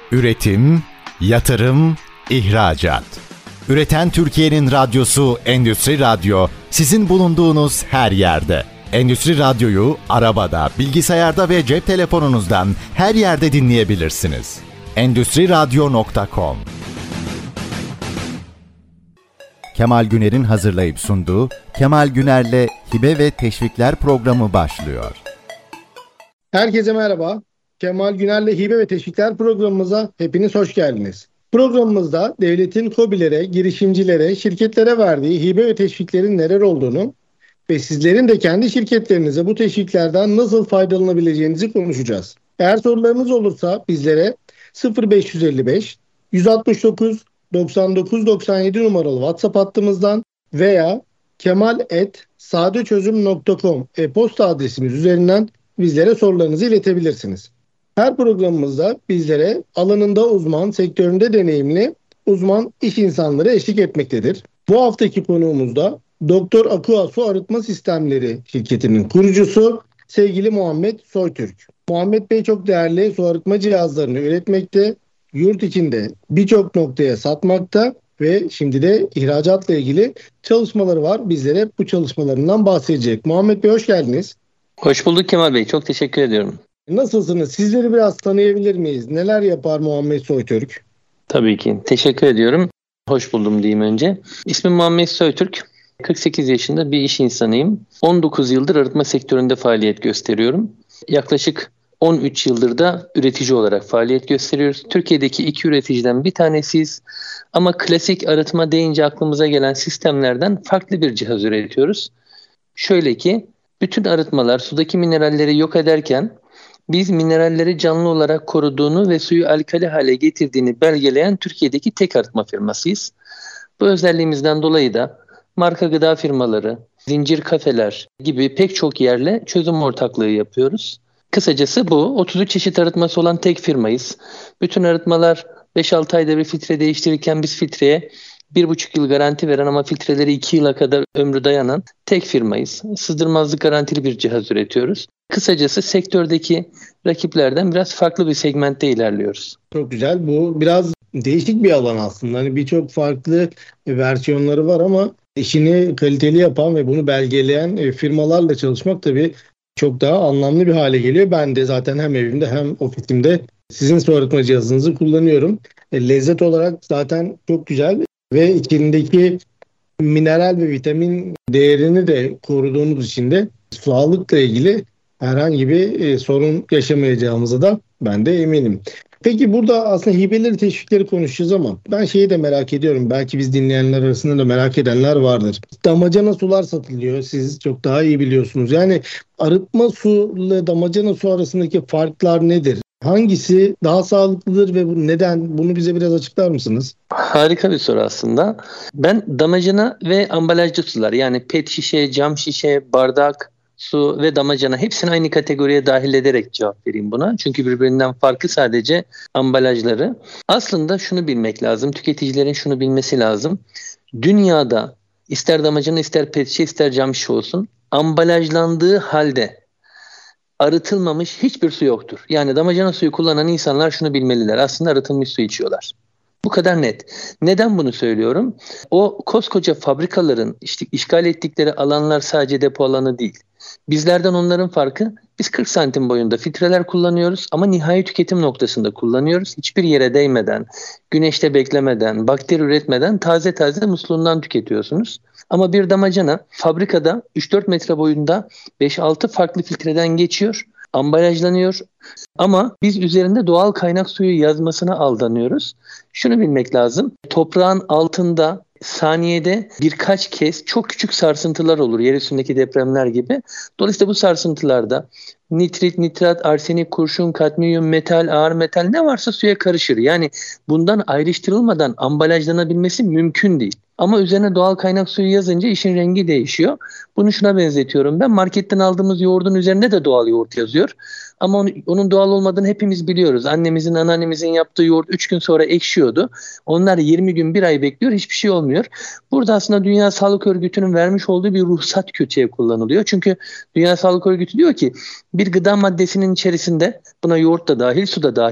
Üretim, yatırım, ihracat. Üreten Türkiye'nin radyosu Endüstri Radyo, sizin bulunduğunuz her yerde. Endüstri Radyo'yu arabada, bilgisayarda ve cep telefonunuzdan her yerde dinleyebilirsiniz. Endüstriradyo.com. Kemal Güner'in hazırlayıp sunduğu Kemal Güner'le Hibe ve Teşvikler programı başlıyor. Herkese merhaba. Kemal Güner'le Hibe ve Teşvikler programımıza hepiniz hoş geldiniz. Programımızda devletin KOBİ'lere, girişimcilere, şirketlere verdiği hibe ve teşviklerin neler olduğunu ve sizlerin de kendi şirketlerinize bu teşviklerden nasıl faydalanabileceğinizi konuşacağız. Eğer sorularınız olursa bizlere 0555 169 99 97 numaralı WhatsApp hattımızdan veya kemal@sadeçözüm.com e-posta adresimiz üzerinden bizlere sorularınızı iletebilirsiniz. Her programımızda bizlere alanında uzman, sektöründe deneyimli uzman iş insanları eşlik etmektedir. Bu haftaki konuğumuz da Doktor Aqua Su Arıtma Sistemleri şirketinin kurucusu sevgili Muhammed Soytürk. Muhammed Bey çok değerli su arıtma cihazlarını üretmekte, yurt içinde birçok noktaya satmakta ve şimdi de ihracatla ilgili çalışmaları var. Bizlere bu çalışmalarından bahsedecek. Muhammed Bey hoş geldiniz. Hoş bulduk Kemal Bey. Çok teşekkür ediyorum. Nasılsınız? Sizleri biraz tanıyabilir miyiz? Neler yapar Muhammed Soytürk? Tabii ki. Teşekkür ediyorum. Hoş buldum diyeyim önce. İsmim Muhammed Soytürk. 48 yaşında bir iş insanıyım. 19 yıldır arıtma sektöründe faaliyet gösteriyorum. Yaklaşık 13 yıldır da üretici olarak faaliyet gösteriyoruz. Türkiye'deki 2 üreticiden bir tanesiyiz. Ama klasik arıtma deyince aklımıza gelen sistemlerden farklı bir cihaz üretiyoruz. Şöyle ki, bütün arıtmalar sudaki mineralleri yok ederken biz mineralleri canlı olarak koruduğunu ve suyu alkali hale getirdiğini belgeleyen Türkiye'deki tek arıtma firmasıyız. Bu özelliğimizden dolayı da marka gıda firmaları, zincir kafeler gibi pek çok yerle çözüm ortaklığı yapıyoruz. Kısacası bu. 33 çeşit arıtması olan tek firmayız. Bütün arıtmalar 5-6 ayda bir filtre değiştirirken biz filtreye 1,5 yıl garanti veren ama filtreleri 2 yıla kadar ömrü dayanan tek firmayız. Sızdırmazlık garantili bir cihaz üretiyoruz. Kısacası sektördeki rakiplerden biraz farklı bir segmentte ilerliyoruz. Çok güzel. Bu biraz değişik bir alan aslında. Hani birçok farklı versiyonları var ama işini kaliteli yapan ve bunu belgeleyen firmalarla çalışmak tabii çok daha anlamlı bir hale geliyor. Ben de zaten hem evimde hem ofisimde sizin su arıtma cihazınızı kullanıyorum. Lezzet olarak zaten çok güzel ve içindeki mineral ve vitamin değerini de koruduğunuz için de sağlıkla ilgili herhangi bir sorun yaşamayacağımıza da ben de eminim. Peki burada aslında hibeleri, teşvikleri konuşacağız ama ben şeyi de merak ediyorum. Belki biz dinleyenler arasında da merak edenler vardır. Damacana sular satılıyor. Siz çok daha iyi biliyorsunuz. Yani arıtma su ile damacana su arasındaki farklar nedir? Hangisi daha sağlıklıdır ve neden? Bunu bize biraz açıklar mısınız? Harika bir soru aslında. Ben damacana ve ambalajlı sular, yani pet şişe, cam şişe, bardak, su ve damacana hepsini aynı kategoriye dahil ederek cevap vereyim buna. Çünkü birbirinden farklı sadece ambalajları. Aslında şunu bilmek lazım, tüketicilerin şunu bilmesi lazım. Dünyada ister damacana, ister pet şişe, ister cam şişe olsun, ambalajlandığı halde arıtılmamış hiçbir su yoktur. Yani damacana suyu kullanan insanlar şunu bilmeliler. Aslında arıtılmış su içiyorlar. Bu kadar net. Neden bunu söylüyorum? O koskoca fabrikaların işgal ettikleri alanlar sadece depo alanı değil. Bizlerden onların farkı, biz 40 santim boyunda filtreler kullanıyoruz ama nihai tüketim noktasında kullanıyoruz. Hiçbir yere değmeden, güneşte beklemeden, bakteri üretmeden taze taze musluğundan tüketiyorsunuz. Ama bir damacana fabrikada 3-4 metre boyunda 5-6 farklı filtreden geçiyor, ambalajlanıyor. Ama biz üzerinde doğal kaynak suyu yazmasına aldanıyoruz. Şunu bilmek lazım. Toprağın altında saniyede birkaç kez çok küçük sarsıntılar olur. Yer üstündeki depremler gibi. Dolayısıyla bu sarsıntılarda nitrit, nitrat, arsenik, kurşun, kadmiyum, metal, ağır metal ne varsa suya karışır. Yani bundan ayrıştırılmadan ambalajlanabilmesi mümkün değil. Ama üzerine doğal kaynak suyu yazınca işin rengi değişiyor. Bunu şuna benzetiyorum ben. Marketten aldığımız yoğurdun üzerinde de doğal yoğurt yazıyor. Ama onun doğal olmadığını hepimiz biliyoruz. Annemizin, anneannemizin yaptığı yoğurt 3 gün sonra ekşiyordu. Onlar 20 gün, 1 ay bekliyor. Hiçbir şey olmuyor. Burada aslında Dünya Sağlık Örgütü'nün vermiş olduğu bir ruhsat kötüye kullanılıyor. Çünkü Dünya Sağlık Örgütü diyor ki bir gıda maddesinin içerisinde, buna yoğurt da dahil, su da dahil,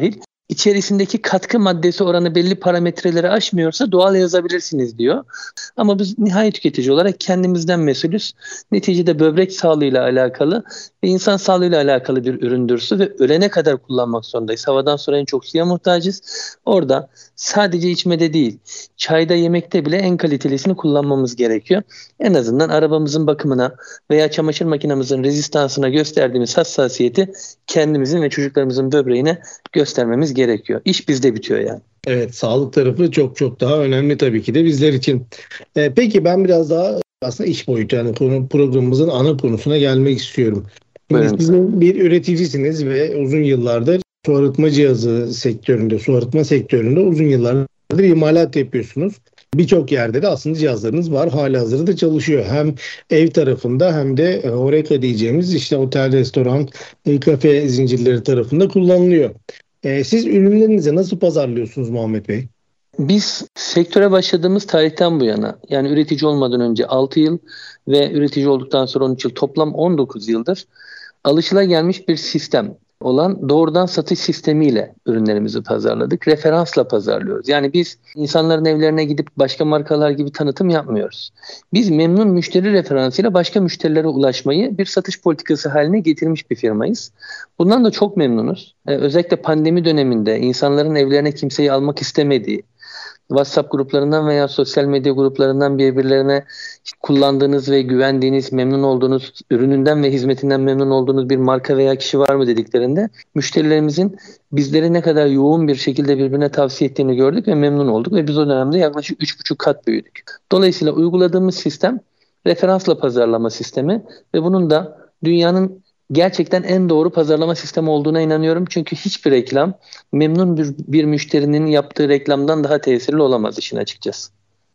içerisindeki katkı maddesi oranı belli parametreleri aşmıyorsa doğal yazabilirsiniz diyor. Ama biz nihai tüketici olarak kendimizden mesulüz. Neticede böbrek sağlığıyla alakalı ve insan sağlığıyla alakalı bir üründür su ve ölene kadar kullanmak zorundayız. Havadan sonra en çok suya muhtacız. Orada sadece içmede değil, çayda, yemekte bile en kalitelisini kullanmamız gerekiyor. En azından arabamızın bakımına veya çamaşır makinemizin rezistansına gösterdiğimiz hassasiyeti kendimizin ve çocuklarımızın böbreğine göstermemiz gerekiyor. İş bizde bitiyor yani. Evet, sağlık tarafı çok çok daha önemli tabii ki de bizler için. Peki ben biraz daha aslında iş boyutu, yani programımızın ana konusuna gelmek istiyorum. Şimdi siz bir üreticisiniz ve uzun yıllardır su arıtma cihazı sektöründe, su arıtma sektöründe uzun yıllardır imalat yapıyorsunuz. Birçok yerde de aslında cihazlarınız var. Halihazırda çalışıyor. Hem ev tarafında hem de HoReCa diyeceğimiz işte otel, restoran, kafe zincirleri tarafında kullanılıyor. Siz ürünlerinizi nasıl pazarlıyorsunuz Muhammed Bey? Biz sektöre başladığımız tarihten bu yana, yani üretici olmadan önce 6 yıl ve üretici olduktan sonra 13 yıl, toplam 19 yıldır alışılagelmiş bir sistem olan doğrudan satış sistemiyle ürünlerimizi pazarladık. Referansla pazarlıyoruz. Yani biz insanların evlerine gidip başka markalar gibi tanıtım yapmıyoruz. Biz memnun müşteri referansıyla başka müşterilere ulaşmayı bir satış politikası haline getirmiş bir firmayız. Bundan da çok memnunuz. Özellikle pandemi döneminde insanların evlerine kimseyi almak istemediği, WhatsApp gruplarından veya sosyal medya gruplarından birbirlerine kullandığınız ve güvendiğiniz, memnun olduğunuz, ürününden ve hizmetinden memnun olduğunuz bir marka veya kişi var mı dediklerinde müşterilerimizin bizleri ne kadar yoğun bir şekilde birbirine tavsiye ettiğini gördük ve memnun olduk ve biz o dönemde yaklaşık 3,5 kat büyüdük. Dolayısıyla uyguladığımız sistem referansla pazarlama sistemi ve bunun da dünyanın gerçekten en doğru pazarlama sistemi olduğuna inanıyorum. Çünkü hiçbir reklam memnun bir müşterinin yaptığı reklamdan daha tesirli olamaz işin açıkçası.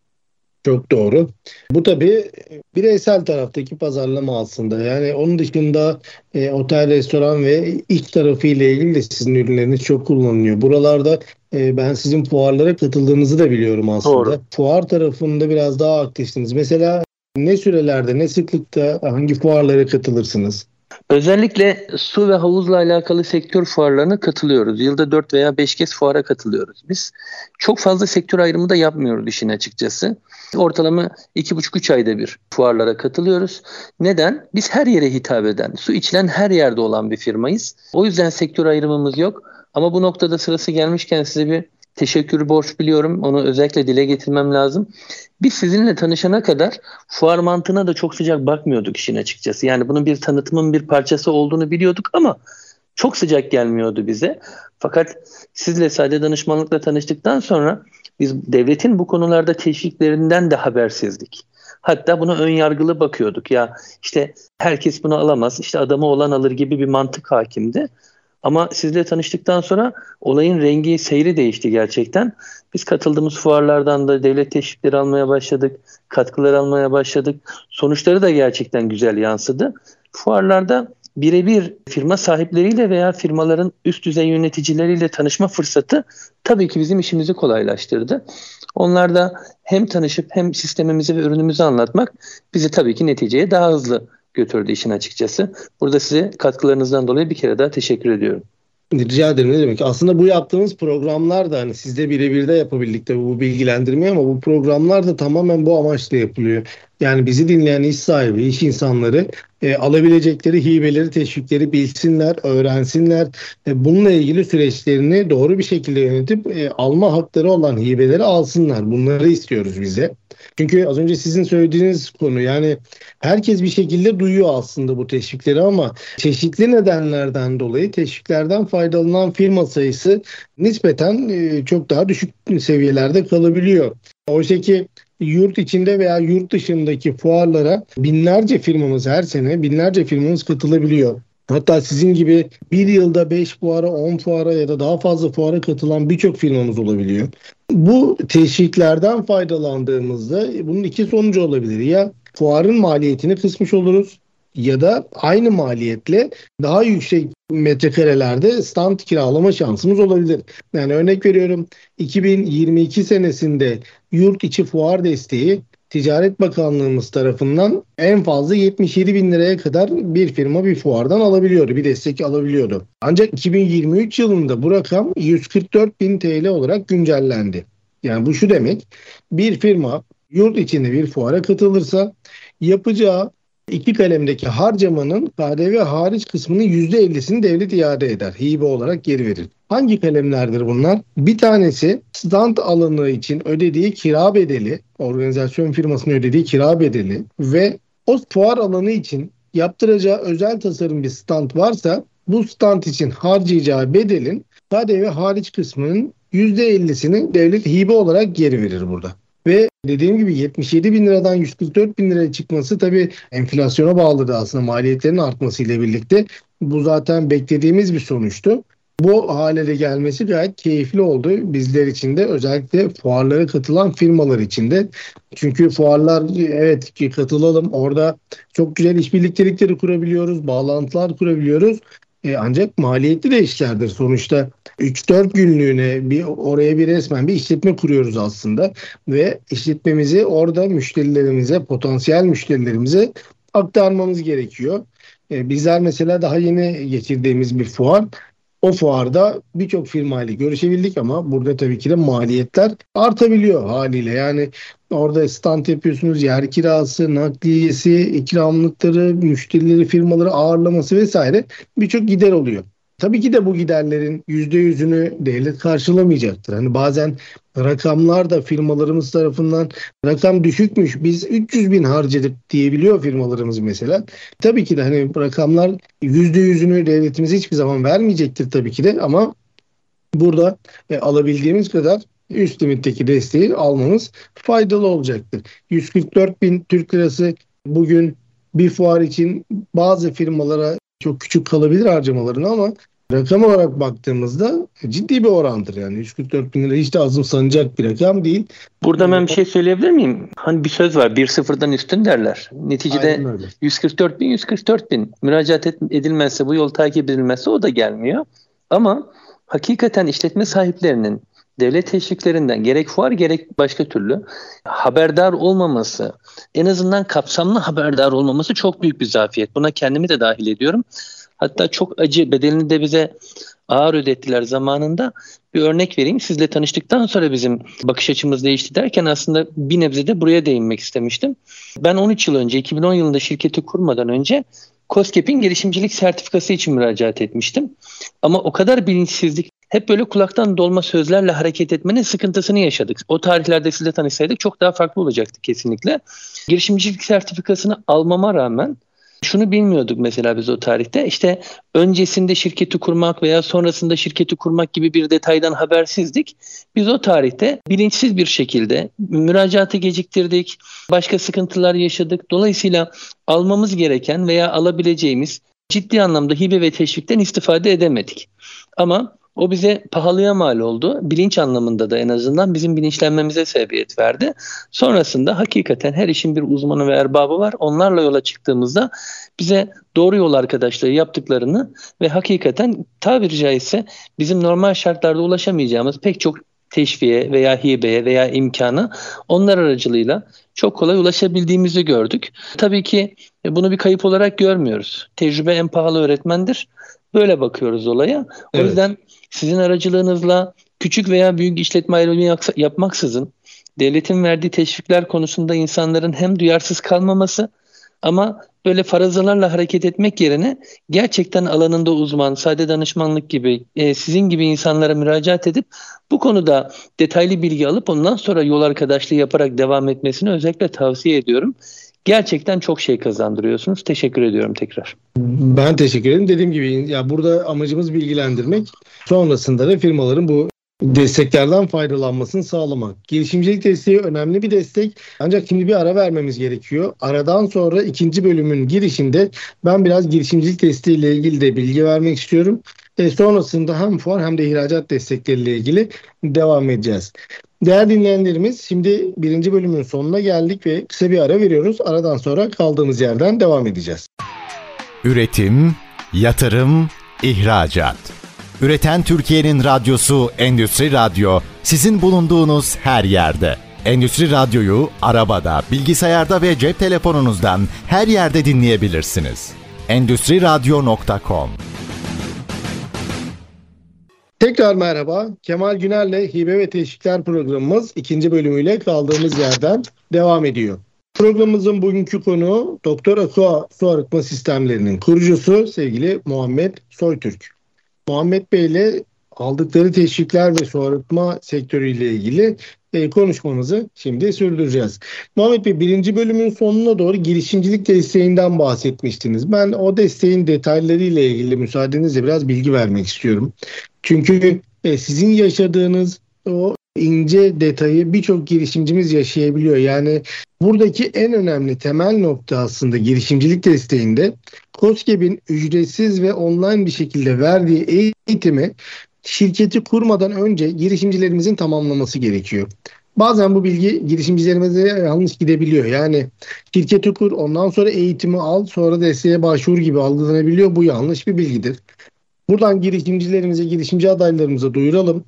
Çok doğru. Bu tabii bireysel taraftaki pazarlama aslında. Yani onun dışında otel, restoran ve iç tarafı ile ilgili de sizin ürünleriniz çok kullanılıyor. Buralarda ben sizin fuarlara katıldığınızı da biliyorum aslında. Doğru. Fuar tarafında biraz daha aktifsiniz. Mesela ne sürelerde, ne sıklıkta hangi fuarlara katılırsınız? Özellikle su ve havuzla alakalı sektör fuarlarına katılıyoruz. Yılda 4 veya 5 kez fuara katılıyoruz biz. Çok fazla sektör ayrımı da yapmıyoruz işin açıkçası. Ortalama 2,5-3 ayda bir fuarlara katılıyoruz. Neden? Biz her yere hitap eden, su içilen her yerde olan bir firmayız. O yüzden sektör ayrımımız yok. Ama bu noktada sırası gelmişken size bir teşekkür borç biliyorum. Onu özellikle dile getirmem lazım. Biz sizinle tanışana kadar fuar mantığına da çok sıcak bakmıyorduk işin açıkçası. Yani bunun bir tanıtımın bir parçası olduğunu biliyorduk ama çok sıcak gelmiyordu bize. Fakat sizle sadece danışmanlıkla tanıştıktan sonra biz devletin bu konularda teşviklerinden de habersizdik. Hatta buna ön yargılı bakıyorduk. Ya işte herkes bunu alamaz, işte adamı olan alır gibi bir mantık hakimdi. Ama sizle tanıştıktan sonra olayın rengi, seyri değişti gerçekten. Biz katıldığımız fuarlardan da devlet teşvikleri almaya başladık, katkılar almaya başladık. Sonuçları da gerçekten güzel yansıdı. Fuarlarda birebir firma sahipleriyle veya firmaların üst düzey yöneticileriyle tanışma fırsatı tabii ki bizim işimizi kolaylaştırdı. Onlar da hem tanışıp hem sistemimizi ve ürünümüzü anlatmak bizi tabii ki neticeye daha hızlı götürdü işin açıkçası. Burada size katkılarınızdan dolayı bir kere daha teşekkür ediyorum. Rica ederim, ne demek. Aslında bu yaptığımız programlar da hani sizde birebir de yapabildik de bu bilgilendirmeyi, ama bu programlar da tamamen bu amaçla yapılıyor. Yani bizi dinleyen iş sahibi, iş insanları alabilecekleri hibeleri, teşvikleri bilsinler, öğrensinler. Bununla ilgili süreçlerini doğru bir şekilde yönetip alma hakları olan hibeleri alsınlar. Bunları istiyoruz bize. Çünkü az önce sizin söylediğiniz konu, yani herkes bir şekilde duyuyor aslında bu teşvikleri ama çeşitli nedenlerden dolayı teşviklerden faydalanan firma sayısı nispeten çok daha düşük seviyelerde kalabiliyor. Oysa ki yurt içinde veya yurt dışındaki fuarlara her sene binlerce firmamız katılabiliyor. Hatta sizin gibi bir yılda 5 fuara, 10 fuara ya da daha fazla fuara katılan birçok firmamız olabiliyor. Bu teşviklerden faydalandığımızda bunun iki sonucu olabilir. Ya fuarın maliyetini kısmış oluruz ya da aynı maliyetle daha yüksek metrekarelerde stand kiralama şansımız olabilir. Yani örnek veriyorum, 2022 senesinde yurt içi fuar desteği Ticaret Bakanlığımız tarafından en fazla 77 bin liraya kadar bir firma bir fuardan alabiliyordu. Bir destek alabiliyordu. Ancak 2023 yılında bu rakam 144 bin TL olarak güncellendi. Yani bu şu demek: bir firma yurt içinde bir fuara katılırsa yapacağı 2 kalemdeki harcamanın KDV hariç kısmının %50'sini devlet iade eder. Hibe olarak geri verir. Hangi kalemlerdir bunlar? Bir tanesi stand alanı için ödediği kira bedeli, organizasyon firmasının ödediği kira bedeli ve o fuar alanı için yaptıracağı özel tasarım bir stand varsa bu stand için harcayacağı bedelin KDV hariç kısmının %50'sini devlet hibe olarak geri verir burada. Ve dediğim gibi 77 bin liradan 144 bin liraya çıkması tabii enflasyona bağlıdır aslında, maliyetlerin artmasıyla birlikte. Bu zaten beklediğimiz bir sonuçtu. Bu hale de gelmesi gayet keyifli oldu bizler için de, özellikle fuarlara katılan firmalar için de. Çünkü fuarlar, evet ki katılalım, orada çok güzel işbirliktelikleri kurabiliyoruz, bağlantılar kurabiliyoruz. Ancak maliyetli de işlerdir. Sonuçta 3-4 günlüğüne oraya bir resmen bir işletme kuruyoruz aslında ve işletmemizi orada müşterilerimize, potansiyel müşterilerimize aktarmamız gerekiyor. Bizler mesela daha yeni geçirdiğimiz bir fuar. O fuarda birçok firmayla görüşebildik ama burada tabii ki de maliyetler artabiliyor haliyle. Yani orada stand yapıyorsunuz, yer kirası, nakliyesi, ikramlıkları, müşterileri, firmaları ağırlaması vesaire birçok gider oluyor. Tabii ki de bu giderlerin %100'ünü devlet karşılamayacaktır. Hani bazen rakamlar da firmalarımız tarafından rakam düşükmüş, biz 300 bin harcadık diyebiliyor firmalarımız mesela. Tabii ki de hani rakamlar %100'ünü devletimiz hiçbir zaman vermeyecektir tabii ki de, ama burada alabildiğimiz kadar üst limitteki desteği almamız faydalı olacaktır. 144 bin Türk lirası bugün bir fuar için bazı firmalara çok küçük kalabilir harcamalarını, ama rakam olarak baktığımızda ciddi bir orandır. Yani 144 bin lira hiç de azımsanacak bir rakam değil. Burada ben bir şey söyleyebilir miyim? Hani bir söz var, bir sıfırdan üstün derler. Neticede 144 bin, 144 bin. Müracaat edilmezse, bu yol takip edilmezse o da gelmiyor. Ama hakikaten işletme sahiplerinin devlet teşviklerinden gerek fuar gerek başka türlü haberdar olmaması, en azından kapsamlı haberdar olmaması çok büyük bir zafiyet. Buna kendimi de dahil ediyorum. Hatta çok acı, bedelini de bize ağır ödettiler zamanında. Bir örnek vereyim. Sizle tanıştıktan sonra bizim bakış açımız değişti derken aslında bir nebze de buraya değinmek istemiştim. Ben 13 yıl önce, 2010 yılında şirketi kurmadan önce KOSGEB'in girişimcilik sertifikası için müracaat etmiştim. Ama o kadar bilinçsizlik, hep böyle kulaktan dolma sözlerle hareket etmenin sıkıntısını yaşadık. O tarihlerde sizle tanışsaydık çok daha farklı olacaktı kesinlikle. Girişimcilik sertifikasını almama rağmen şunu bilmiyorduk mesela biz o tarihte. İşte öncesinde şirketi kurmak veya sonrasında şirketi kurmak gibi bir detaydan habersizdik. Biz o tarihte bilinçsiz bir şekilde müracaatı geciktirdik, başka sıkıntılar yaşadık. Dolayısıyla almamız gereken veya alabileceğimiz ciddi anlamda hibe ve teşvikten istifade edemedik. Ama o bize pahalıya mal oldu. Bilinç anlamında da en azından bizim bilinçlenmemize sebebiyet verdi. Sonrasında hakikaten her işin bir uzmanı ve erbabı var. Onlarla yola çıktığımızda bize doğru yol arkadaşlığı yaptıklarını ve hakikaten tabiri caizse bizim normal şartlarda ulaşamayacağımız pek çok teşviğe veya hibeye veya imkanı onlar aracılığıyla çok kolay ulaşabildiğimizi gördük. Tabii ki bunu bir kayıp olarak görmüyoruz. Tecrübe en pahalı öğretmendir. Böyle bakıyoruz olaya. O yüzden sizin aracılığınızla küçük veya büyük işletme ayrımı yapmaksızın devletin verdiği teşvikler konusunda insanların hem duyarsız kalmaması ama böyle farazalarla hareket etmek yerine gerçekten alanında uzman, sade danışmanlık gibi sizin gibi insanlara müracaat edip bu konuda detaylı bilgi alıp ondan sonra yol arkadaşlığı yaparak devam etmesini özellikle tavsiye ediyorum. Gerçekten çok şey kazandırıyorsunuz. Teşekkür ediyorum tekrar. Ben teşekkür ederim. Dediğim gibi ya burada amacımız bilgilendirmek. Sonrasında da firmaların bu desteklerden faydalanmasını sağlamak. Girişimcilik desteği önemli bir destek. Ancak şimdi bir ara vermemiz gerekiyor. Aradan sonra ikinci bölümün girişinde ben biraz girişimcilik desteği ile ilgili de bilgi vermek istiyorum. Sonrasında hem fuar hem de ihracat destekleriyle ilgili devam edeceğiz. Değerli dinleyenlerimiz, şimdi birinci bölümün sonuna geldik ve kısa bir ara veriyoruz. Aradan sonra kaldığımız yerden devam edeceğiz. Üretim, yatırım, ihracat. Üreten Türkiye'nin radyosu Endüstri Radyo, sizin bulunduğunuz her yerde. Endüstri Radyo'yu arabada, bilgisayarda ve cep telefonunuzdan her yerde dinleyebilirsiniz. Endüstriradyo.com. Tekrar merhaba. Kemal Güner'le Hibe ve Teşvikler programımız 2. bölümüyle kaldığımız yerden devam ediyor. Programımızın bugünkü konuğu Doktor Aqua su arıtma sistemlerinin kurucusu sevgili Muhammed Soytürk. Muhammed Bey ile aldıkları teşvikler ve su arıtma sektörüyle ilgili konuşmamızı şimdi sürdüreceğiz. Muhammed Bey, 1. bölümün sonuna doğru girişimcilik desteğinden bahsetmiştiniz. Ben o desteğin detaylarıyla ilgili müsaadenizle biraz bilgi vermek istiyorum. Çünkü sizin yaşadığınız o ince detayı birçok girişimcimiz yaşayabiliyor. Yani buradaki en önemli temel nokta aslında girişimcilik desteğinde KOSGEB'in ücretsiz ve online bir şekilde verdiği eğitimi şirketi kurmadan önce girişimcilerimizin tamamlaması gerekiyor. Bazen bu bilgi girişimcilerimize yanlış gidebiliyor. Yani şirketi kur, ondan sonra eğitimi al, sonra desteğe başvur gibi algılanabiliyor. Bu yanlış bir bilgidir. Buradan girişimcilerimize, girişimci adaylarımıza duyuralım.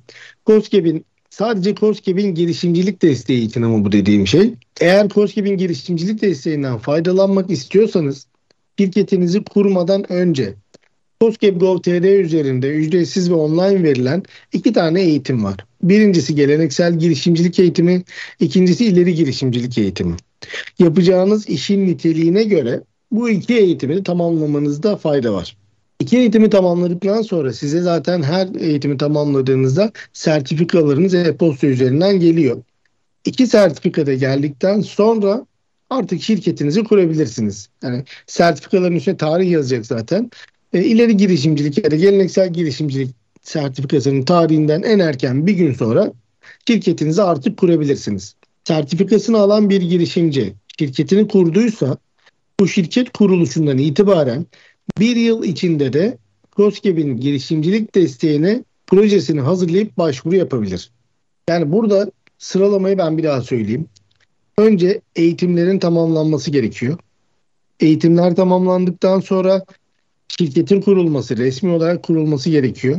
Sadece KOSGEB'in girişimcilik desteği için ama bu dediğim şey. Eğer KOSGEB'in girişimcilik desteğinden faydalanmak istiyorsanız şirketinizi kurmadan önce KOSGEB Gov.tr üzerinde ücretsiz ve online verilen 2 tane eğitim var. Birincisi geleneksel girişimcilik eğitimi, ikincisi ileri girişimcilik eğitimi. Yapacağınız işin niteliğine göre bu 2 eğitimi tamamlamanızda fayda var. 2 eğitimi tamamladıktan sonra size zaten her eğitimi tamamladığınızda sertifikalarınız e-posta üzerinden geliyor. 2 sertifika da geldikten sonra artık şirketinizi kurabilirsiniz. Yani sertifikaların üstüne tarih yazacak zaten. İleri girişimcilik ya da geleneksel girişimcilik sertifikasının tarihinden en erken bir gün sonra şirketinizi artık kurabilirsiniz. Sertifikasını alan bir girişimci şirketini kurduysa bu şirket kuruluşundan itibaren bir yıl içinde de KOSGEB'in girişimcilik desteğine projesini hazırlayıp başvuru yapabilir. Yani burada sıralamayı ben bir daha söyleyeyim. Önce eğitimlerin tamamlanması gerekiyor. Eğitimler tamamlandıktan sonra şirketin kurulması, resmi olarak kurulması gerekiyor.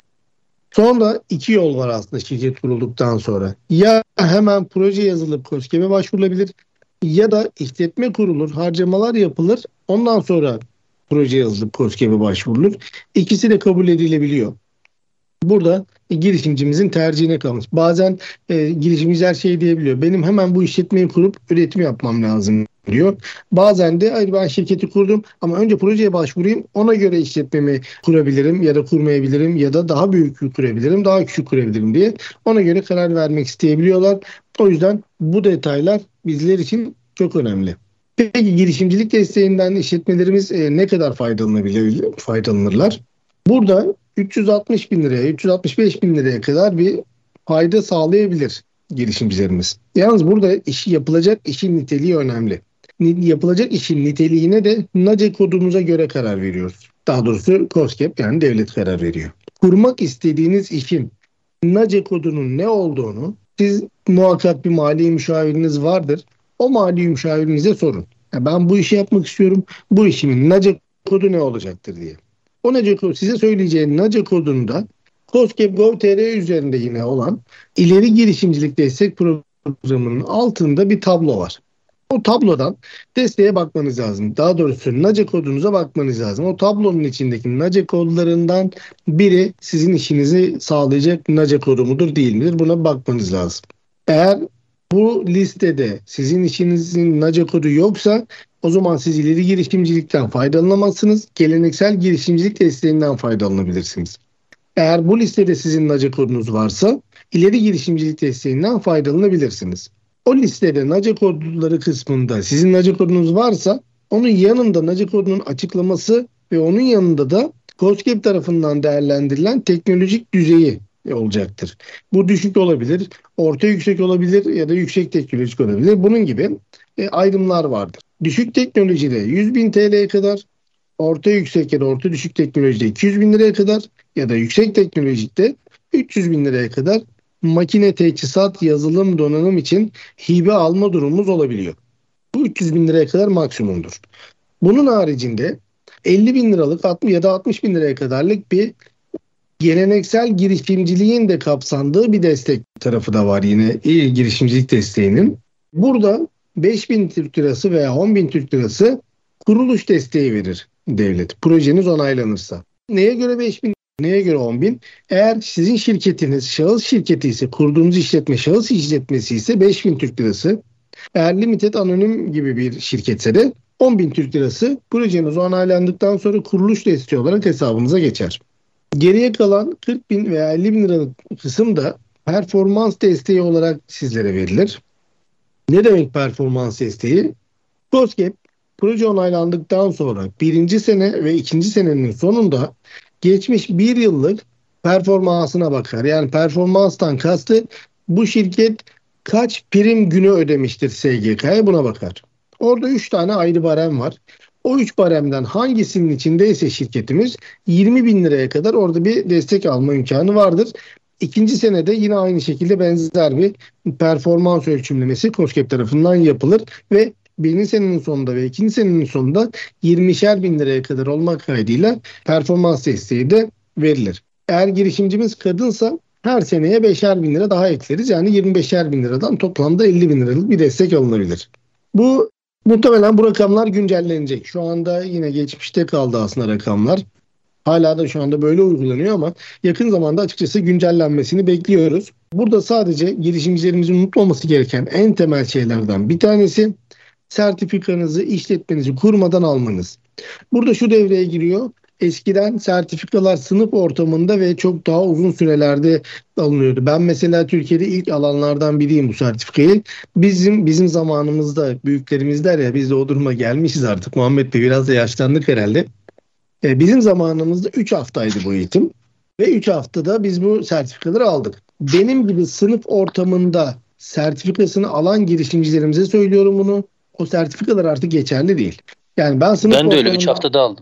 Sonra 2 yol var aslında şirket kurulduktan sonra. Ya hemen proje yazılıp KOSGEB'e başvurulabilir ya da işletme kurulur, harcamalar yapılır. Ondan sonra proje yazılıp KOSGEB'e başvurulur. İkisi de kabul edilebiliyor. Burada girişimcimizin tercihine kalmış. Bazen girişimciler şey diyebiliyor. Benim hemen bu işletmeyi kurup üretim yapmam lazım diyor. Bazen de hayır, ben şirketi kurdum ama önce projeye başvurayım. Ona göre işletmemi kurabilirim ya da kurmayabilirim ya da daha büyük kurabilirim, daha küçük kurabilirim diye ona göre karar vermek isteyebiliyorlar. O yüzden bu detaylar bizler için çok önemli. Peki girişimcilik desteğinden işletmelerimiz ne kadar faydalanırlar? Burada 360 bin liraya, 365 bin liraya kadar bir fayda sağlayabilir girişimcilerimiz. Yalnız burada yapılacak işin niteliği önemli. Yapılacak işin niteliğine de NACE kodumuza göre karar veriyoruz. Daha doğrusu KOSGEB, yani devlet karar veriyor. Kurmak istediğiniz işin NACE kodunun ne olduğunu siz muhakkak bir mali müşaviriniz vardır. O mali müşavirinize sorun. Ya ben bu işi yapmak istiyorum. Bu işimin NACE kodu ne olacaktır diye. O NACE kodu, size söyleyeceğim NACE kodunda KOSGEB Gov.tr üzerinde yine olan ileri girişimcilik destek programının altında bir tablo var. O tablodan desteğe bakmanız lazım. Daha doğrusu NACE kodunuza bakmanız lazım. O tablonun içindeki NACE kodlarından biri sizin işinizi sağlayacak NACE kodu mudur değil midir? Buna bakmanız lazım. Eğer bu listede sizin işinizin NACE kodu yoksa o zaman siz ileri girişimcilikten faydalanamazsınız. Geleneksel girişimcilik desteğinden faydalanabilirsiniz. Eğer bu listede sizin NACE kodunuz varsa ileri girişimcilik desteğinden faydalanabilirsiniz. O listede NACE kodları kısmında sizin NACE kodunuz varsa onun yanında NACE kodunun açıklaması ve onun yanında da KOSGEB tarafından değerlendirilen teknolojik düzeyi olacaktır. Bu düşük olabilir, orta yüksek olabilir ya da yüksek teknolojik olabilir. Bunun gibi ayrımlar vardır. Düşük teknolojide 100.000 TL'ye kadar, orta yüksek ya da orta düşük teknolojide 200.000 liraya kadar ya da yüksek teknolojide 300.000 liraya kadar makine, teçhizat, yazılım, donanım için hibe alma durumumuz olabiliyor. Bu 300.000 liraya kadar maksimumdur. Bunun haricinde 50.000 liralık 60 ya da 60.000 liraya kadarlık bir geleneksel girişimciliğin de kapsandığı bir destek tarafı da var yine girişimcilik desteğinin. Burada 5.000 Türk Lirası veya 10.000 Türk Lirası kuruluş desteği verir devlet. Projeniz onaylanırsa. Neye göre 5.000, neye göre 10.000? Eğer sizin şirketiniz şahıs şirketi ise, kurduğunuz işletme şahıs işletmesi ise 5.000 Türk Lirası. Eğer limited anonim gibi bir şirketse de 10.000 Türk Lirası projeniz onaylandıktan sonra kuruluş desteği olarak hesabınıza geçer. Geriye kalan 40.000 veya 50.000 liralık kısım da performans desteği olarak sizlere verilir. Ne demek performans desteği? KOSGEB proje onaylandıktan sonra birinci sene ve ikinci senenin sonunda geçmiş bir yıllık performansına bakar. Yani performanstan kastı bu şirket kaç prim günü ödemiştir SGK'ya, buna bakar. Orada 3 tane ayrı barem var. O 3 baremden hangisinin içindeyse şirketimiz 20.000 liraya kadar orada bir destek alma imkanı vardır. İkinci senede yine aynı şekilde benzer bir performans ölçümlemesi KOSGEB tarafından yapılır ve birinci senenin sonunda ve ikinci senenin sonunda 20'şer bin liraya kadar olmak kaydıyla performans desteği de verilir. Eğer girişimcimiz kadınsa her seneye 5'er bin lira daha ekleriz. Yani 25'er bin liradan toplamda 50 bin liralık bir destek alınabilir. Muhtemelen bu rakamlar güncellenecek. Şu anda yine geçmişte kaldı aslında rakamlar. Hala da şu anda böyle uygulanıyor ama yakın zamanda açıkçası güncellenmesini bekliyoruz. Burada sadece girişimcilerimizin unutmaması gereken en temel şeylerden bir tanesi sertifikanızı, işletmenizi kurmadan almanız. Burada şu devreye giriyor. Eskiden sertifikalar sınıf ortamında ve çok daha uzun sürelerde alınıyordu. Ben mesela Türkiye'de ilk alanlardan biriyim bu sertifikayı. Bizim zamanımızda büyüklerimiz der ya, biz de o duruma gelmişiz artık. Muhammed Bey, biraz da yaşlandık herhalde. Bizim zamanımızda 3 haftaydı bu eğitim ve 3 haftada biz bu sertifikaları aldık. Benim gibi sınıf ortamında sertifikasını alan girişimcilerimize söylüyorum bunu. O sertifikalar artık geçerli değil. Yani ben de öyle 3 haftada aldım.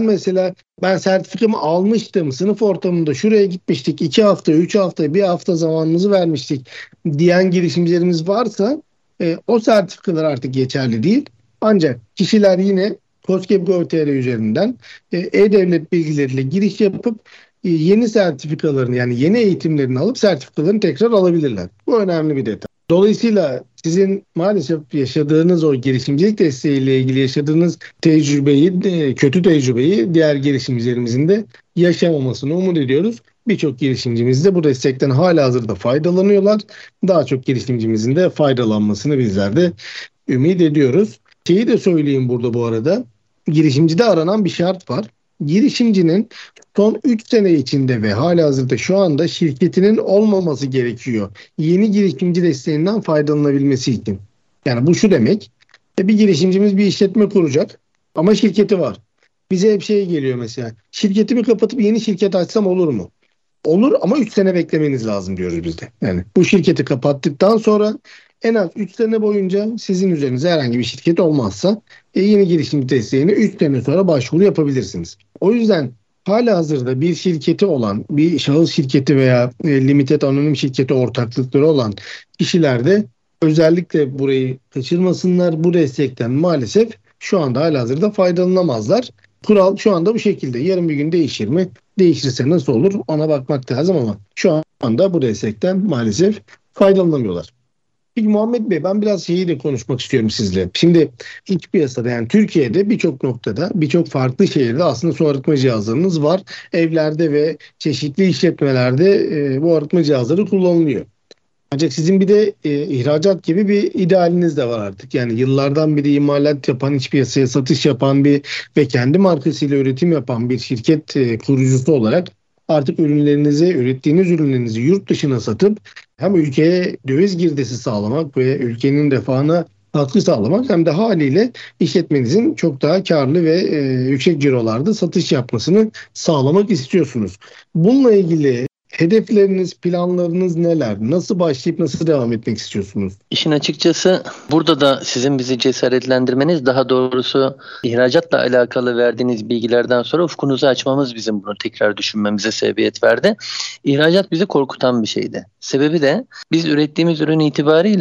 Ben sertifikamı almıştım. Sınıf ortamında şuraya gitmiştik. 2 hafta, 3 hafta, 1 hafta zamanımızı vermiştik diyen girişimcilerimiz varsa o sertifikalar artık geçerli değil. Ancak kişiler yine KOSGEB Gov.tr üzerinden e-devlet bilgileriyle giriş yapıp yeni sertifikalarını, yani yeni eğitimlerini alıp sertifikalarını tekrar alabilirler. Bu önemli bir detay. Dolayısıyla sizin maalesef yaşadığınız o girişimcilik desteğiyle ilgili yaşadığınız tecrübeyi, kötü tecrübeyi diğer girişimcilerimizin de yaşamamasını umut ediyoruz. Birçok girişimcimiz de bu destekten halihazırda faydalanıyorlar. Daha çok girişimcimizin de faydalanmasını bizler de ümit ediyoruz. Şeyi de söyleyeyim burada bu arada. Girişimcide aranan bir şart var. Girişimcinin son 3 sene içinde ve halihazırda şu anda şirketinin olmaması gerekiyor yeni girişimci desteğinden faydalanabilmesi için. Yani bu şu demek. Bir girişimcimiz bir işletme kuracak ama şirketi var. Bize hep şey geliyor mesela. Şirketimi kapatıp yeni şirket açsam olur mu? Olur ama 3 sene beklemeniz lazım diyoruz biz de. Yani bu şirketi kapattıktan sonra en az 3 sene boyunca sizin üzerinize herhangi bir şirket olmazsa yeni girişimci desteğine 3 sene sonra başvuru yapabilirsiniz. O yüzden halihazırda bir şirketi olan, bir şahıs şirketi veya limited anonim şirketi ortaklıkları olan kişiler de özellikle burayı kaçırmasınlar. Bu destekten maalesef şu anda halihazırda faydalanamazlar. Kural şu anda bu şekilde. Yarın bir gün değişir mi? Değişirse nasıl olur? Ona bakmak lazım ama şu anda bu destekten maalesef faydalanamıyorlar. Peki Muhammed Bey, ben biraz şeyi de konuşmak istiyorum sizle. Şimdi iç piyasada, yani Türkiye'de birçok noktada, birçok farklı şehirde aslında su arıtma cihazlarınız var. Evlerde ve çeşitli işletmelerde bu arıtma cihazları kullanılıyor. Ancak sizin bir de ihracat gibi bir idealiniz de var artık. Yani yıllardan beri imalat yapan, iç piyasaya satış yapan ve kendi markasıyla üretim yapan bir şirket kurucusu olarak artık ürettiğiniz ürünlerinizi yurt dışına satıp hem ülkeye döviz girdisi sağlamak ve ülkenin refahına katkı sağlamak hem de haliyle işletmenizin çok daha karlı ve yüksek cirolarda satış yapmasını sağlamak istiyorsunuz. Bununla ilgili hedefleriniz, planlarınız neler? Nasıl başlayıp nasıl devam etmek istiyorsunuz? İşin açıkçası burada da sizin bizi cesaretlendirmeniz, daha doğrusu ihracatla alakalı verdiğiniz bilgilerden sonra ufkunuzu açmamız bizim bunu tekrar düşünmemize sebebiyet verdi. İhracat bizi korkutan bir şeydi. Sebebi de biz ürettiğimiz ürün itibariyle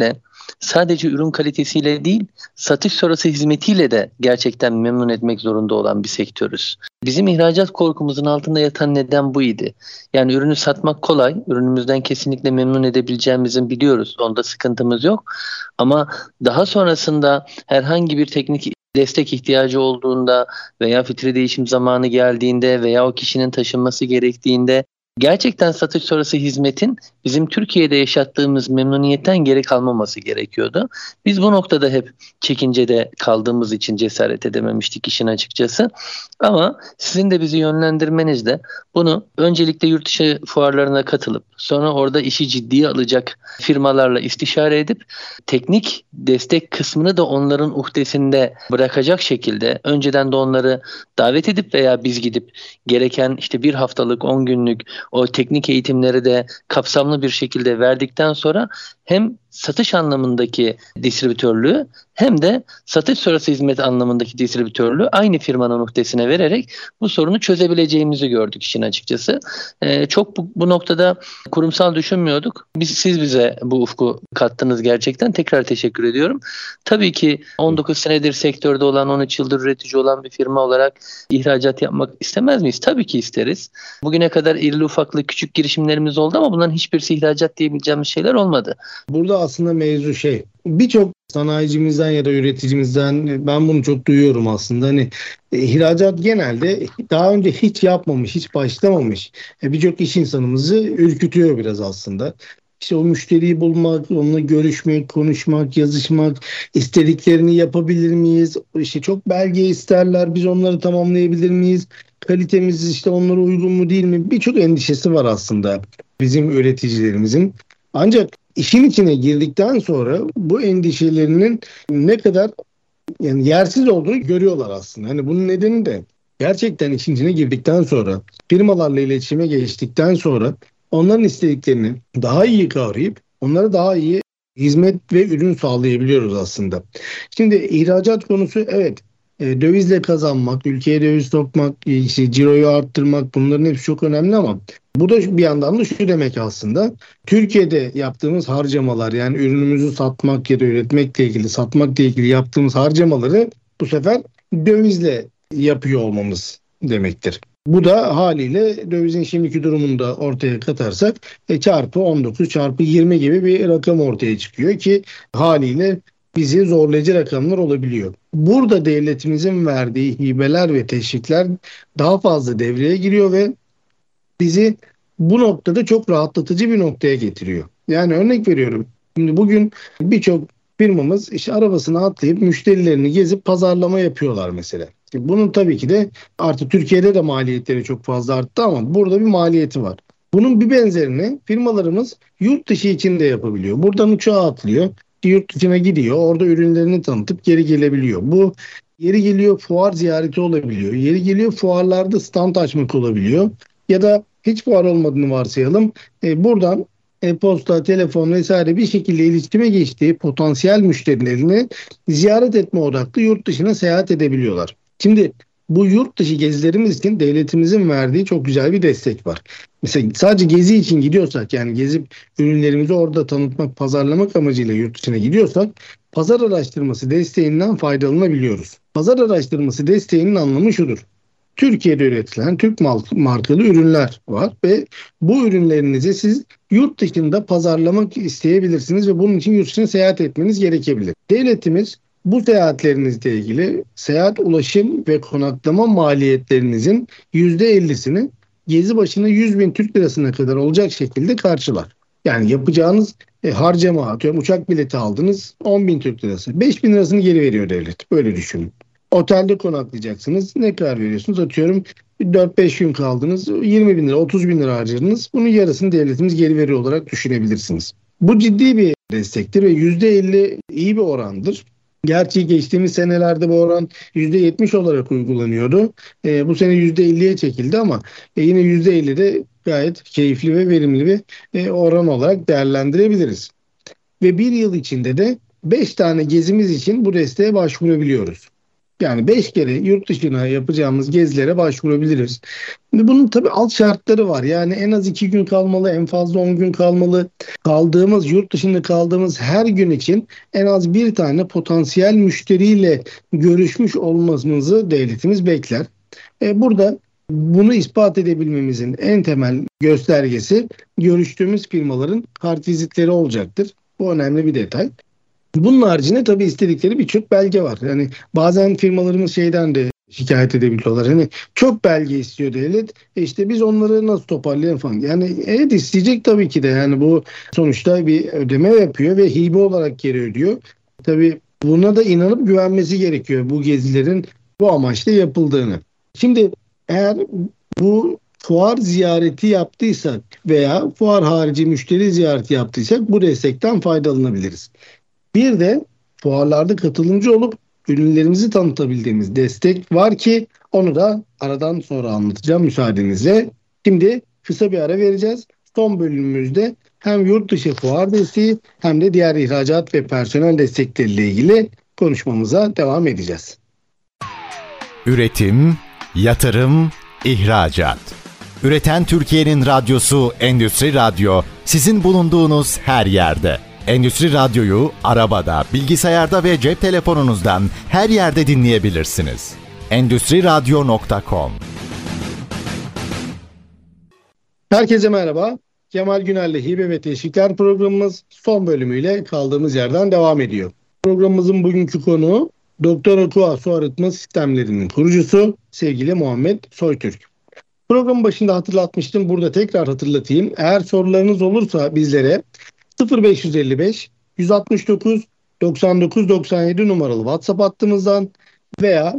sadece ürün kalitesiyle değil, satış sonrası hizmetiyle de gerçekten memnun etmek zorunda olan bir sektörüz. Bizim ihracat korkumuzun altında yatan neden bu idi. Yani ürünü satmak kolay, ürünümüzden kesinlikle memnun edebileceğimizi biliyoruz, onda sıkıntımız yok. Ama daha sonrasında herhangi bir teknik destek ihtiyacı olduğunda veya fitri değişim zamanı geldiğinde veya o kişinin taşınması gerektiğinde gerçekten satış sonrası hizmetin bizim Türkiye'de yaşattığımız memnuniyetten geri kalmaması gerekiyordu. Biz bu noktada hep çekincede kaldığımız için cesaret edememiştik işin açıkçası. Ama sizin de bizi yönlendirmenizle bunu öncelikle yurt dışı fuarlarına katılıp sonra orada işi ciddiye alacak firmalarla istişare edip teknik destek kısmını da onların uhdesinde bırakacak şekilde önceden de onları davet edip veya biz gidip gereken işte bir haftalık 10 günlük o teknik eğitimleri de kapsamlı bir şekilde verdikten sonra hem satış anlamındaki distribütörlüğü hem de satış sonrası hizmet anlamındaki distribütörlüğü aynı firmanın uhdesine vererek bu sorunu çözebileceğimizi gördük işin açıkçası. Çok bu noktada kurumsal düşünmüyorduk. Siz bize bu ufku kattınız gerçekten. Tekrar teşekkür ediyorum. Tabii ki 19 senedir sektörde olan, 13 yıldır üretici olan bir firma olarak ihracat yapmak istemez miyiz? Tabii ki isteriz. Bugüne kadar irili ufaklı küçük girişimlerimiz oldu ama bunların hiçbirisi ihracat diyebileceğimiz şeyler olmadı. Burada aslında mevzu birçok sanayicimizden ya da üreticimizden ben bunu çok duyuyorum aslında. Hani ihracat genelde daha önce hiç yapmamış, hiç başlamamış birçok iş insanımızı ürkütüyor biraz aslında. İşte o müşteriyi bulmak, onunla görüşmek, konuşmak, yazışmak, istediklerini yapabilir miyiz? İşte çok belge isterler, biz onları tamamlayabilir miyiz? Kalitemiz işte onlara uygun mu değil mi? Birçok endişesi var aslında bizim üreticilerimizin. Ancak işin içine girdikten sonra bu endişelerinin ne kadar yersiz olduğunu görüyorlar aslında. Hani bunun nedeni de gerçekten işin içine girdikten sonra, firmalarla iletişime geçtikten sonra onların istediklerini daha iyi kavrayıp onlara daha iyi hizmet ve ürün sağlayabiliyoruz aslında. Şimdi ihracat konusu evet, dövizle kazanmak, ülkeye döviz sokmak, işte ciroyu arttırmak, bunların hepsi çok önemli ama bu da bir yandan da şu demek aslında. Türkiye'de yaptığımız harcamalar, yani ürünümüzü satmak ya da üretmekle ilgili, satmakla ilgili yaptığımız harcamaları bu sefer dövizle yapıyor olmamız demektir. Bu da haliyle dövizin şimdiki durumunda ortaya katarsak çarpı 19 çarpı 20 gibi bir rakam ortaya çıkıyor ki haliyle bizi zorlayıcı rakamlar olabiliyor. Burada devletimizin verdiği hibeler ve teşvikler daha fazla devreye giriyor ve bizi bu noktada çok rahatlatıcı bir noktaya getiriyor. Yani örnek veriyorum. Şimdi bugün birçok firmamız işte arabasına atlayıp müşterilerini gezip pazarlama yapıyorlar mesela. Bunun tabii ki de artık Türkiye'de de maliyetleri çok fazla arttı ama burada bir maliyeti var. Bunun bir benzerini firmalarımız yurt dışı için de yapabiliyor. Buradan uçağa atlıyor, yurt dışına gidiyor, orada ürünlerini tanıtıp geri gelebiliyor. Bu yeri geliyor fuar ziyareti olabiliyor. Yeri geliyor fuarlarda stand açmak olabiliyor. Ya da hiç fuar olmadığını varsayalım. Buradan posta, telefon vesaire bir şekilde iletişime geçtiği potansiyel müşterilerini ziyaret etme odaklı yurt dışına seyahat edebiliyorlar. Şimdi bu yurt dışı gezilerimiz için devletimizin verdiği çok güzel bir destek var. Mesela sadece gezi için gidiyorsak, yani gezip ürünlerimizi orada tanıtmak, pazarlamak amacıyla yurt dışına gidiyorsak pazar araştırması desteğinden faydalanabiliyoruz. Pazar araştırması desteğinin anlamı şudur. Türkiye'de üretilen Türk markalı ürünler var ve bu ürünlerinizi siz yurt dışında pazarlamak isteyebilirsiniz ve bunun için yurt dışına seyahat etmeniz gerekebilir. Devletimiz bu seyahatlerinizle ilgili seyahat, ulaşım ve konaklama maliyetlerinizin %50'sini gezi başına 100.000 Türk lirasına kadar olacak şekilde karşılar. Yani yapacağınız harcama, atıyorum uçak bileti aldınız 10.000 Türk lirası. 5.000 lirasını geri veriyor devlet. Böyle düşünün. Otelde konaklayacaksınız. Ne kadar veriyorsunuz? Atıyorum 4-5 gün kaldınız. 20.000 lira, 30.000 lira harcadınız. Bunun yarısını devletimiz geri veriyor olarak düşünebilirsiniz. Bu ciddi bir destektir ve %50 iyi bir orandır. Gerçi geçtiğimiz senelerde bu oran %70 olarak uygulanıyordu. Bu sene %50'ye çekildi ama yine %50 de gayet keyifli ve verimli bir oran olarak değerlendirebiliriz. Ve bir yıl içinde de 5 tane gezimiz için bu desteğe başvurabiliyoruz. Yani 5 kere yurt dışına yapacağımız gezilere başvurabiliriz. Şimdi bunun tabii alt şartları var. Yani en az 2 gün kalmalı, en fazla 10 gün kalmalı. Yurt dışında kaldığımız her gün için en az bir tane potansiyel müşteriyle görüşmüş olmamızı devletimiz bekler. Burada bunu ispat edebilmemizin en temel göstergesi görüştüğümüz firmaların kartvizitleri olacaktır. Bu önemli bir detay. Bunun haricinde tabii istedikleri birçok belge var. Yani bazen firmalarımız şeyden de şikayet edebiliyorlar. Hani çok belge istiyor devlet. İşte biz onları nasıl toparlayalım falan. Yani evet isteyecek tabii ki de. Yani bu sonuçta bir ödeme yapıyor ve hibe olarak geri ödüyor. Tabii buna da inanıp güvenmesi gerekiyor bu gezilerin bu amaçla yapıldığını. Şimdi eğer bu fuar ziyareti yaptıysak veya fuar harici müşteri ziyareti yaptıysak bu destekten faydalanabiliriz. Bir de fuarlarda katılımcı olup ürünlerimizi tanıtabildiğimiz destek var ki onu da aradan sonra anlatacağım müsaadenizle. Şimdi kısa bir ara vereceğiz. Son bölümümüzde hem yurt dışı fuar desteği hem de diğer ihracat ve personel destekleriyle ilgili konuşmamıza devam edeceğiz. Üretim, yatırım, ihracat. Üreten Türkiye'nin radyosu Endüstri Radyo sizin bulunduğunuz her yerde. Endüstri Radyo'yu arabada, bilgisayarda ve cep telefonunuzdan her yerde dinleyebilirsiniz. Endüstriradyo.com. Herkese merhaba. Kemal Güner'le Hibe ve Teşvikler programımız son bölümüyle kaldığımız yerden devam ediyor. Programımızın bugünkü konuğu Doktor Aqua Su Arıtma Sistemlerinin kurucusu sevgili Muhammed Soytürk. Programın başında hatırlatmıştım. Burada tekrar hatırlatayım. Eğer sorularınız olursa bizlere 0555 169 99 97 numaralı WhatsApp hattımızdan veya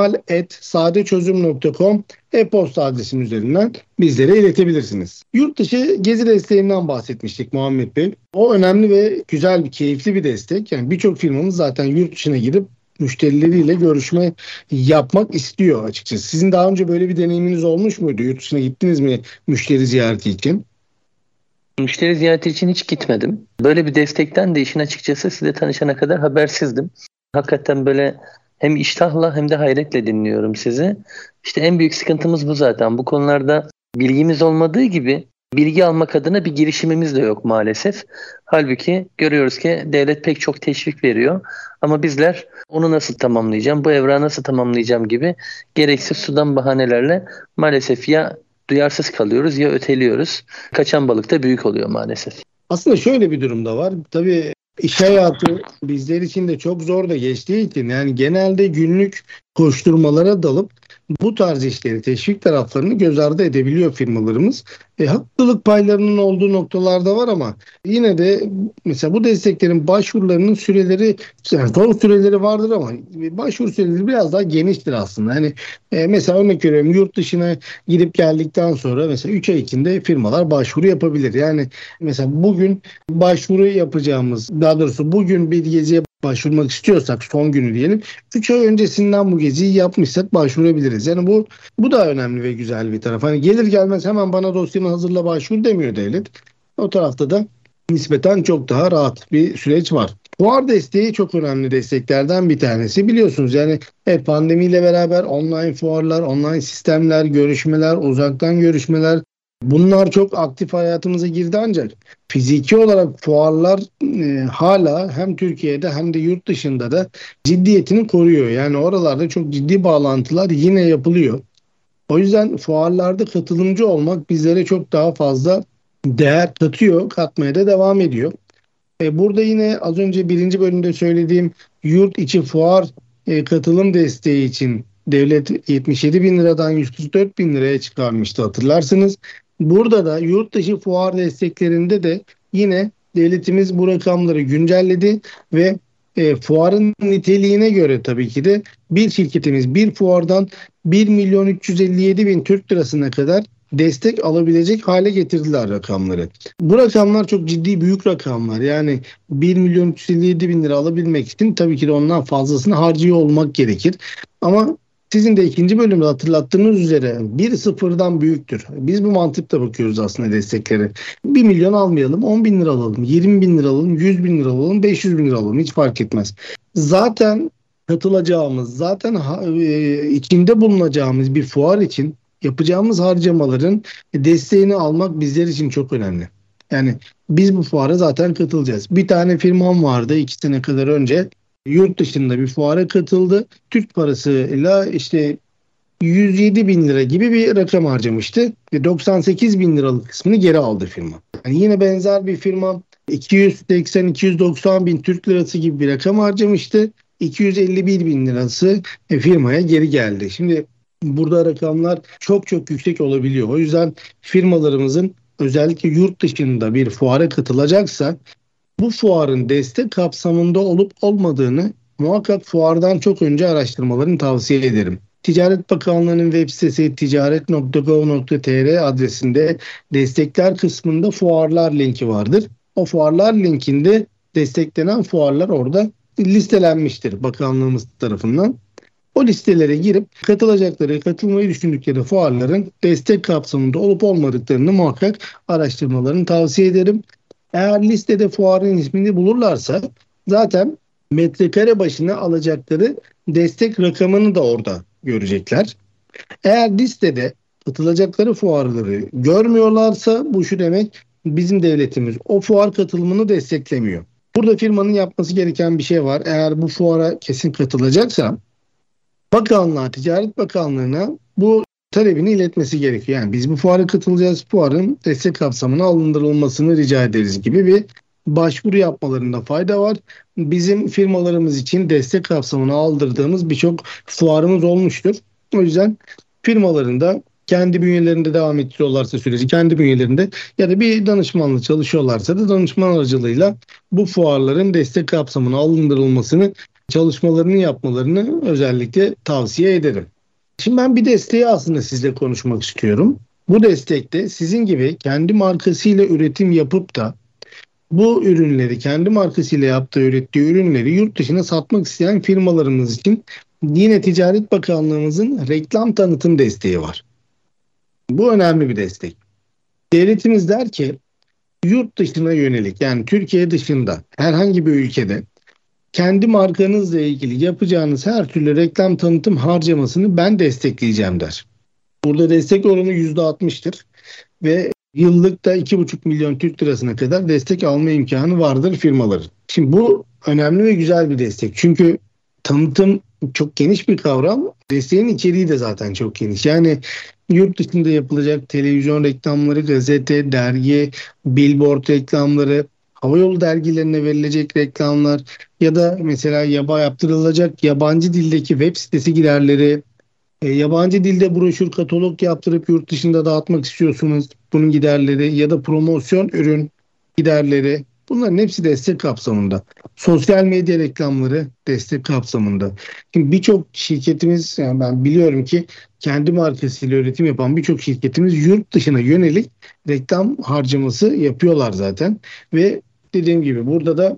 kemal@sadeçözüm.com e-posta adresim üzerinden bizlere iletebilirsiniz. Yurt dışı gezi desteğinden bahsetmiştik Muhammed Bey. O önemli ve güzel, keyifli bir destek. Yani birçok firmamız zaten yurt dışına girip müşterileriyle görüşme yapmak istiyor açıkçası. Sizin daha önce böyle bir deneyiminiz olmuş muydu? Yurt dışına gittiniz mi müşteri ziyareti için? Müşteri ziyareti için hiç gitmedim. Böyle bir destekten de işin açıkçası size tanışana kadar habersizdim. Hakikaten böyle hem iştahla hem de hayretle dinliyorum sizi. İşte en büyük sıkıntımız bu zaten. Bu konularda bilgimiz olmadığı gibi bilgi almak adına bir girişimimiz de yok maalesef. Halbuki görüyoruz ki devlet pek çok teşvik veriyor. Ama bizler onu nasıl tamamlayacağım, bu evrağı nasıl tamamlayacağım gibi gereksiz sudan bahanelerle maalesef ya duyarsız kalıyoruz ya öteliyoruz. Kaçan balık da büyük oluyor maalesef. Aslında şöyle bir durum da var. Tabii iş hayatı bizler için de çok zor da geçtiği için yani genelde günlük koşturmalara dalıp bu tarz işleri, teşvik taraflarını göz ardı edebiliyor firmalarımız. Haklılık paylarının olduğu noktalarda var ama yine de mesela bu desteklerin başvurularının süreleri, yani son süreleri vardır ama başvuru süreleri biraz daha geniştir aslında. Hani mesela örnek veriyorum, yurt dışına gidip geldikten sonra mesela 3 ay içinde firmalar başvuru yapabilir. Yani mesela bugün başvuru yapacağımız, daha doğrusu bugün bir geziye başvurmak istiyorsak son günü diyelim, 3 ay öncesinden bu geziyi yapmışsak başvurabiliriz. Yani bu da önemli ve güzel bir taraf. Hani gelir gelmez hemen bana dosyanı hazırla başvur demiyor devlet. O tarafta da nispeten çok daha rahat bir süreç var. Fuar desteği çok önemli desteklerden bir tanesi. Biliyorsunuz yani pandemiyle beraber online fuarlar, online sistemler, görüşmeler, uzaktan görüşmeler, bunlar çok aktif hayatımıza girdi ancak fiziki olarak fuarlar hala hem Türkiye'de hem de yurt dışında da ciddiyetini koruyor. Yani oralarda çok ciddi bağlantılar yine yapılıyor. O yüzden fuarlarda katılımcı olmak bizlere çok daha fazla değer katıyor, katmaya da devam ediyor. Burada yine az önce birinci bölümde söylediğim yurt içi fuar katılım desteği için devlet 77 bin liradan 144 bin liraya çıkarmıştı, hatırlarsınız. Burada da yurt dışı fuar desteklerinde de yine devletimiz bu rakamları güncelledi ve fuarın niteliğine göre tabii ki de bir şirketimiz bir fuardan 1 milyon 357 bin Türk lirasına kadar destek alabilecek hale getirdiler rakamları. Bu rakamlar çok ciddi, büyük rakamlar. Yani 1 milyon 357 bin lira alabilmek için tabii ki de ondan fazlasını harcıyor olmak gerekir. Ama sizin de ikinci bölümde hatırlattığınız üzere bir sıfırdan büyüktür. Biz bu mantıkla bakıyoruz aslında desteklere. 1 milyon almayalım, 10 bin lira alalım, 20 bin lira alalım, 100 bin lira alalım, 500 bin lira alalım, hiç fark etmez. Zaten katılacağımız, zaten içinde bulunacağımız bir fuar için yapacağımız harcamaların desteğini almak bizler için çok önemli. Yani biz bu fuara zaten katılacağız. Bir tane firmam vardı 2 sene kadar önce. Yurt dışında bir fuara katıldı. Türk parasıyla işte 107 bin lira gibi bir rakam harcamıştı. Ve 98 bin liralık kısmını geri aldı firma. Yani yine benzer bir firma 280-290 bin Türk lirası gibi bir rakam harcamıştı. 251 bin lirası firmaya geri geldi. Şimdi burada rakamlar çok çok yüksek olabiliyor. O yüzden firmalarımızın özellikle yurt dışında bir fuara katılacaksa bu fuarın destek kapsamında olup olmadığını muhakkak fuardan çok önce araştırmalarını tavsiye ederim. Ticaret Bakanlığı'nın web sitesi ticaret.gov.tr adresinde destekler kısmında fuarlar linki vardır. O fuarlar linkinde desteklenen fuarlar orada listelenmiştir bakanlığımız tarafından. O listelere girip katılacakları, katılmayı düşündükleri fuarların destek kapsamında olup olmadıklarını muhakkak araştırmalarını tavsiye ederim. Eğer listede fuarın ismini bulurlarsa zaten metrekare başına alacakları destek rakamını da orada görecekler. Eğer listede katılacakları fuarları görmüyorlarsa bu şu demek, bizim devletimiz o fuar katılımını desteklemiyor. Burada firmanın yapması gereken bir şey var. Eğer bu fuara kesin katılacaksa Bakanlığa, Ticaret Bakanlığı'na bu talebini iletmesi gerekiyor. Yani biz bu fuara katılacağız, fuarın destek kapsamına alındırılmasını rica ederiz gibi bir başvuru yapmalarında fayda var. Bizim firmalarımız için destek kapsamına aldırdığımız birçok fuarımız olmuştur. O yüzden firmaların da kendi bünyelerinde devam ettiriyorlarsa süreci kendi bünyelerinde ya da bir danışmanla çalışıyorlarsa da danışman aracılığıyla bu fuarların destek kapsamına alındırılmasını çalışmalarını yapmalarını özellikle tavsiye ederim. Şimdi ben bir desteği aslında sizle konuşmak istiyorum. Bu destekte sizin gibi kendi markasıyla üretim yapıp da bu ürünleri kendi markasıyla ürettiği ürünleri yurt dışına satmak isteyen firmalarımız için yine Ticaret Bakanlığımızın reklam tanıtım desteği var. Bu önemli bir destek. Devletimiz der ki yurt dışına yönelik, yani Türkiye dışında herhangi bir ülkede kendi markanızla ilgili yapacağınız her türlü reklam tanıtım harcamasını ben destekleyeceğim der. Burada destek oranı %60'tır ve yıllık da 2,5 milyon Türk lirasına kadar destek alma imkanı vardır firmaların. Şimdi bu önemli ve güzel bir destek. Çünkü tanıtım çok geniş bir kavram. Desteğin içeriği de zaten çok geniş. Yani yurt dışında yapılacak televizyon reklamları, gazete, dergi, billboard reklamları, havayolu dergilerine verilecek reklamlar ya da mesela yaptırılacak yabancı dildeki web sitesi giderleri, yabancı dilde broşür, katalog yaptırıp yurt dışında dağıtmak istiyorsunuz, bunun giderleri ya da promosyon ürün giderleri, bunların hepsi destek kapsamında. Sosyal medya reklamları destek kapsamında. Şimdi birçok şirketimiz, yani ben biliyorum ki kendi markasıyla üretim yapan birçok şirketimiz yurt dışına yönelik reklam harcaması yapıyorlar zaten ve dediğim gibi burada da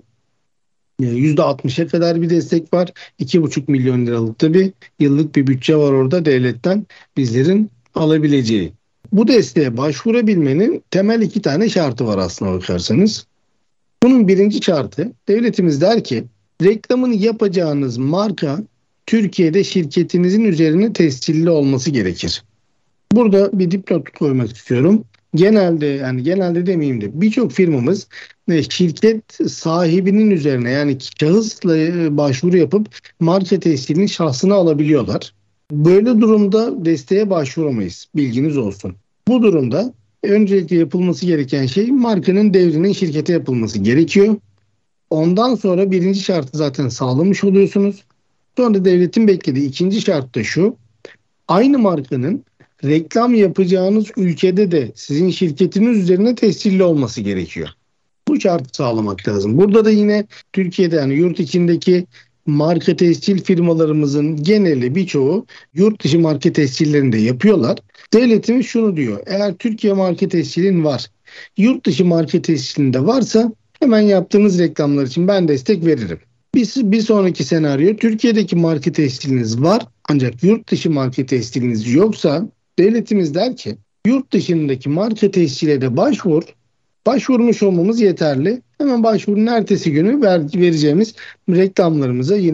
%60'a kadar bir destek var. 2,5 milyon liralık da bir yıllık bir bütçe var orada devletten bizlerin alabileceği. Bu desteğe başvurabilmenin temel 2 tane şartı var aslına bakarsanız. Bunun birinci şartı, devletimiz der ki reklamını yapacağınız marka Türkiye'de şirketinizin üzerine tescilli olması gerekir. Burada bir dipnot koymak istiyorum. Genelde demeyeyim de birçok firmamız şirket sahibinin üzerine, yani şahısla başvuru yapıp marka tescilini şahsına alabiliyorlar. Böyle durumda desteğe başvuramayız. Bilginiz olsun. Bu durumda öncelikle yapılması gereken şey markanın devrinin şirkete yapılması gerekiyor. Ondan sonra birinci şartı zaten sağlamış oluyorsunuz. Sonra devletin beklediği ikinci şart da şu: aynı markanın reklam yapacağınız ülkede de sizin şirketiniz üzerine tescilli olması gerekiyor. Bu şartı sağlamak lazım. Burada da yine Türkiye'de, yani yurt içindeki marka tescil firmalarımızın geneli, birçoğu yurt dışı marka tescillerini de yapıyorlar. Devletimiz şunu diyor: eğer Türkiye marka tescilin var, yurt dışı marka tescilinde varsa hemen yaptığınız reklamlar için ben destek veririm. Bir sonraki senaryo, Türkiye'deki marka tesciliniz var ancak yurt dışı marka tesciliniz yoksa devletimiz der ki yurt dışındaki marka tescile de başvur. Başvurmuş olmamız yeterli. Hemen başvurunun ertesi günü vereceğimiz reklamlarımıza yine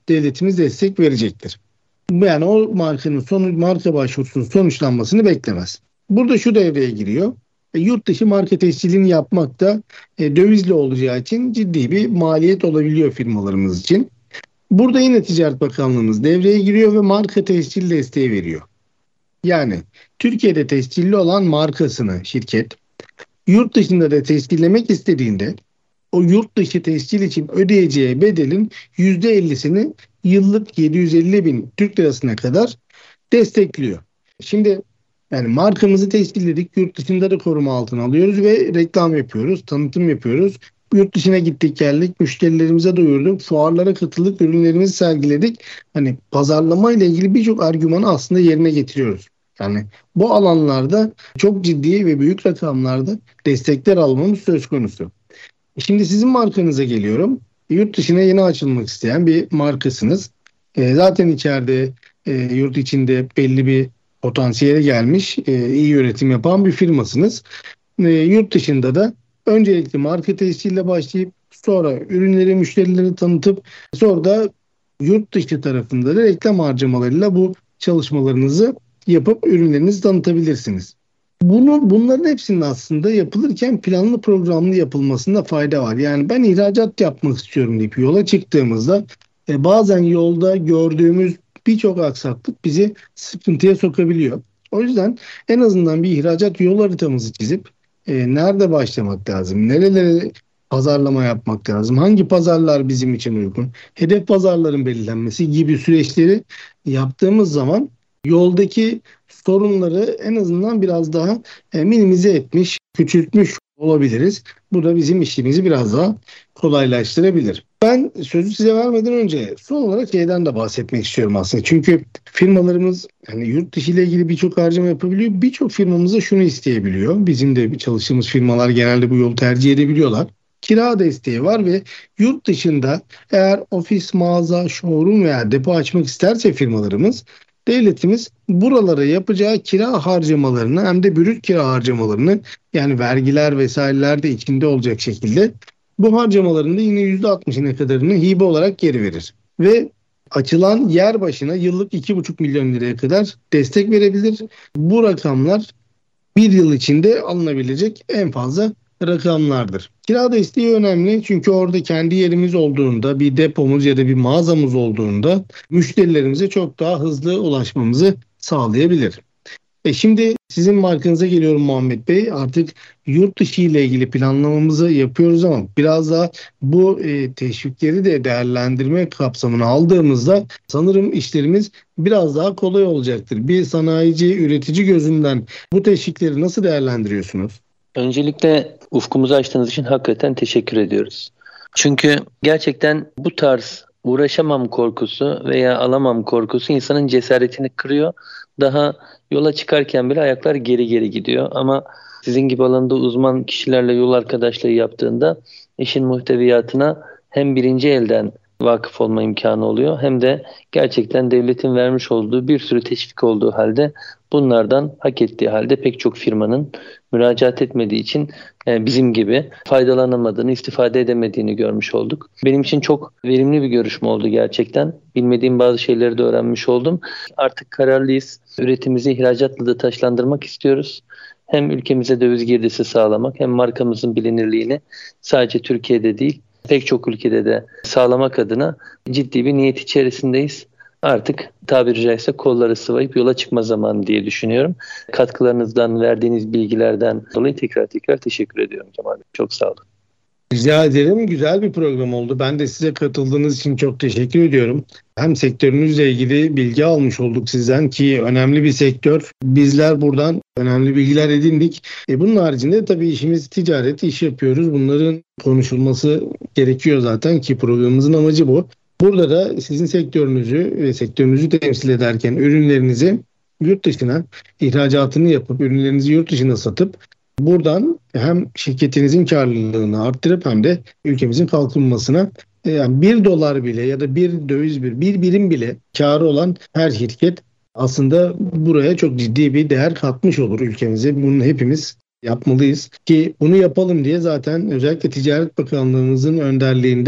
devletimiz destek verecektir. Yani o markanın marka başvurusunun sonuçlanmasını beklemez. Burada şu devreye giriyor. Yurt dışı marka tescilini yapmak da dövizli olacağı için ciddi bir maliyet olabiliyor firmalarımız için. Burada yine Ticaret Bakanlığımız devreye giriyor ve marka tescil desteği veriyor. Yani Türkiye'de tescilli olan markasını şirket yurt dışında da tescillemek istediğinde o yurt dışı tescil için ödeyeceği bedelin %50'sini yıllık 750 bin Türk lirasına kadar destekliyor. Şimdi yani markamızı tescilledik, yurt dışında da koruma altına alıyoruz ve reklam yapıyoruz, tanıtım yapıyoruz. Yurt dışına gittik geldik, müşterilerimize duyurduk, fuarlara katıldık, ürünlerimizi sergiledik. Hani pazarlama ile ilgili birçok argümanı aslında yerine getiriyoruz. Yani bu alanlarda çok ciddi ve büyük rakamlarda destekler almamız söz konusu. Şimdi sizin markanıza geliyorum. Yurt dışına yeni açılmak isteyen bir markasınız. Zaten içeride yurt içinde belli bir potansiyele gelmiş, iyi üretim yapan bir firmasınız. Yurt dışında da öncelikle marka tesciliyle başlayıp sonra ürünleri müşterilere tanıtıp sonra da yurt dışı tarafında da reklam harcamalarıyla bu çalışmalarınızı yapıp ürünlerinizi tanıtabilirsiniz. Bunların hepsinin aslında yapılırken planlı programlı yapılmasında fayda var. Yani ben ihracat yapmak istiyorum deyip yola çıktığımızda bazen yolda gördüğümüz birçok aksaklık bizi sıkıntıya sokabiliyor. O yüzden en azından bir ihracat yol haritamızı çizip nerede başlamak lazım, nerelere pazarlama yapmak lazım, hangi pazarlar bizim için uygun, hedef pazarların belirlenmesi gibi süreçleri yaptığımız zaman yoldaki sorunları en azından biraz daha minimize etmiş, küçültmüş olabiliriz. Bu da bizim işimizi biraz daha kolaylaştırabilir. Ben sözü size vermeden önce son olarak şeyden de bahsetmek istiyorum aslında. Çünkü firmalarımız yani yurt dışı ile ilgili birçok harcama yapabiliyor. Birçok firmamız da şunu isteyebiliyor. Bizim de çalıştığımız firmalar genelde bu yolu tercih edebiliyorlar. Kira desteği var ve yurt dışında eğer ofis, mağaza, showroom veya depo açmak isterse firmalarımız, devletimiz buralara yapacağı kira harcamalarını hem de brüt kira harcamalarını yani vergiler vesaireler de içinde olacak şekilde bu harcamaların da yine %60'ına kadarını hibe olarak geri verir. Ve açılan yer başına yıllık 2,5 milyon liraya kadar destek verebilir. Bu rakamlar bir yıl içinde alınabilecek en fazla rakamlardır. Kira desteği önemli çünkü orada kendi yerimiz olduğunda, bir depomuz ya da bir mağazamız olduğunda müşterilerimize çok daha hızlı ulaşmamızı sağlayabilir. Şimdi sizin markanıza geliyorum Muhammed Bey. Artık yurt dışı ile ilgili planlamamızı yapıyoruz ama biraz daha bu teşvikleri de değerlendirme kapsamına aldığımızda sanırım işlerimiz biraz daha kolay olacaktır. Bir sanayici, üretici gözünden bu teşvikleri nasıl değerlendiriyorsunuz? Öncelikle ufkumuzu açtığınız için hakikaten teşekkür ediyoruz. Çünkü gerçekten bu tarz uğraşamam korkusu veya alamam korkusu insanın cesaretini kırıyor. Daha yola çıkarken bile ayaklar geri geri gidiyor. Ama sizin gibi alanda uzman kişilerle yol arkadaşlığı yaptığında işin muhteviyatına hem birinci elden vakıf olma imkanı oluyor hem de gerçekten devletin vermiş olduğu bir sürü teşvik olduğu halde bunlardan hak ettiği halde pek çok firmanın müracaat etmediği için bizim gibi faydalanamadığını, istifade edemediğini görmüş olduk. Benim için çok verimli bir görüşme oldu gerçekten. Bilmediğim bazı şeyleri de öğrenmiş oldum. Artık kararlıyız. Üretimimizi ihracatla da taşlandırmak istiyoruz. Hem ülkemize döviz girdisi sağlamak hem markamızın bilinirliğini sadece Türkiye'de değil pek çok ülkede de sağlamak adına ciddi bir niyet içerisindeyiz. Artık tabiri caizse kolları sıvayıp yola çıkma zamanı diye düşünüyorum. Katkılarınızdan, verdiğiniz bilgilerden dolayı tekrar teşekkür ediyorum Kemal Bey. Çok sağ olun. Rica ederim. Güzel bir program oldu. Ben de size katıldığınız için çok teşekkür ediyorum. Hem sektörünüzle ilgili bilgi almış olduk sizden ki önemli bir sektör. Bizler buradan önemli bilgiler edindik. Bunun haricinde tabii işimiz ticaret, iş yapıyoruz. Bunların konuşulması gerekiyor zaten ki programımızın amacı bu. Burada da sizin sektörünüzü ve sektörünüzü temsil ederken ürünlerinizi yurt dışına ihracatını yapıp ürünlerinizi yurt dışına satıp buradan hem şirketinizin karlılığını arttırıp hem de ülkemizin kalkınmasına yani $1 bile ya da bir döviz bir birim bile karı olan her şirket aslında buraya çok ciddi bir değer katmış olur ülkemize. Bunu hepimiz yapmalıyız ki bunu yapalım diye zaten özellikle Ticaret Bakanlığımızın önderliğinde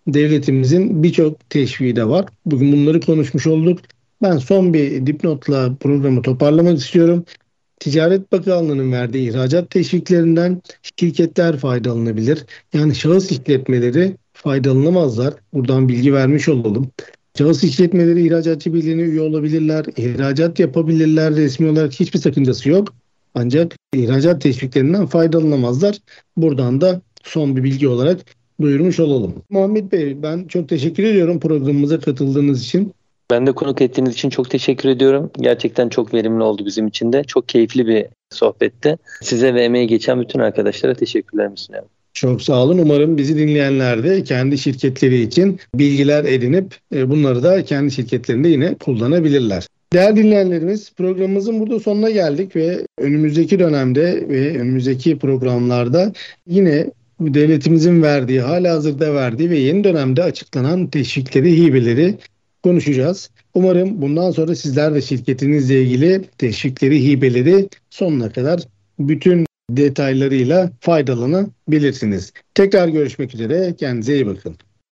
devletimizin birçok teşviği de var. Bugün bunları konuşmuş olduk. Ben son bir dipnotla programı toparlamak istiyorum. Ticaret Bakanlığı'nın verdiği ihracat teşviklerinden şirketler faydalanabilir. Yani şahıs işletmeleri faydalanamazlar. Buradan bilgi vermiş olalım. Şahıs işletmeleri ihracatçı birliğine üye olabilirler, ihracat yapabilirler, resmi olarak hiçbir sakıncası yok. Ancak ihracat teşviklerinden faydalanamazlar. Buradan da son bir bilgi olarak duyurmuş olalım. Muhammed Bey, ben çok teşekkür ediyorum programımıza katıldığınız için. Ben de konuk ettiğiniz için çok teşekkür ediyorum. Gerçekten çok verimli oldu bizim için de. Çok keyifli bir sohbetti. Size ve emeği geçen bütün arkadaşlara teşekkürlerimi sunuyorum. Çok sağ olun. Umarım bizi dinleyenler de kendi şirketleri için bilgiler edinip bunları da kendi şirketlerinde yine kullanabilirler. Değerli dinleyenlerimiz, programımızın burada sonuna geldik ve önümüzdeki dönemde ve önümüzdeki programlarda yine devletimizin verdiği, halihazırda verdiği ve yeni dönemde açıklanan teşvikleri, hibeleri konuşacağız. Umarım bundan sonra sizler de şirketinizle ilgili teşvikleri, hibeleri sonuna kadar bütün detaylarıyla faydalanabilirsiniz. Tekrar görüşmek üzere. Kendinize iyi bakın.